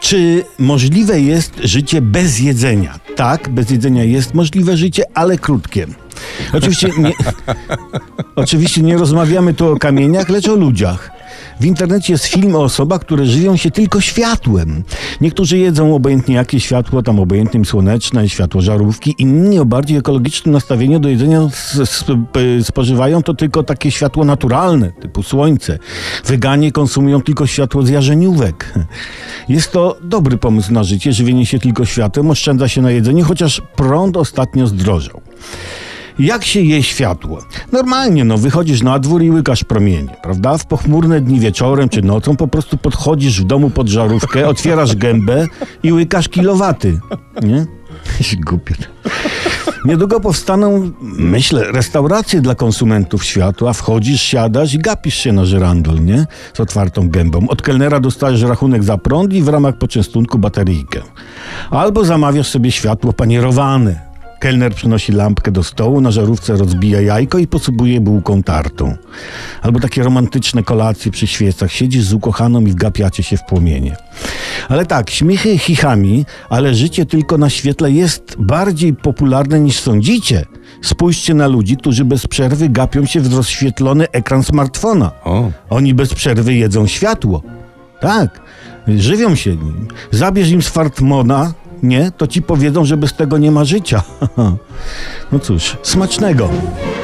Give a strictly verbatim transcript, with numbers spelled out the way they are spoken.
Czy możliwe jest życie bez jedzenia? Tak, bez jedzenia jest możliwe życie, ale krótkie. Oczywiście nie, oczywiście nie rozmawiamy tu o kamieniach, lecz o ludziach. W internecie jest film o osobach, które żywią się tylko światłem. Niektórzy jedzą obojętnie jakie światło, tam obojętnie im słoneczne, światło żarówki. Inni o bardziej ekologicznym nastawieniu do jedzenia spożywają to tylko takie światło naturalne, typu słońce. Weganie konsumują tylko światło z jarzeniówek. Jest to dobry pomysł na życie, żywienie się tylko światłem, oszczędza się na jedzeniu, chociaż prąd ostatnio zdrożał. Jak się je światło? Normalnie, no wychodzisz na dwór i łykasz promienie, prawda? W pochmurne dni wieczorem czy nocą po prostu podchodzisz w domu pod żarówkę, otwierasz gębę i łykasz kilowaty, nie? Głupie. Niedługo powstaną, myślę, restauracje dla konsumentów światła. Wchodzisz, siadasz i gapisz się na żyrandol, nie? Z otwartą gębą. Od kelnera dostajesz rachunek za prąd i w ramach poczęstunku bateryjkę. Albo zamawiasz sobie światło panierowane. Kelner przynosi lampkę do stołu, na żarówce rozbija jajko i posługuje bułką tartą. Albo takie romantyczne kolacje przy świecach. Siedzisz z ukochaną i wgapiacie się w płomienie. Ale tak, śmiechy chichami, ale życie tylko na świetle jest bardziej popularne niż sądzicie. Spójrzcie na ludzi, którzy bez przerwy gapią się w rozświetlony ekran smartfona. O. Oni bez przerwy jedzą światło. Tak, żywią się nim. Zabierz im smartfona, nie, to ci powiedzą, że bez tego nie ma życia. No cóż, smacznego.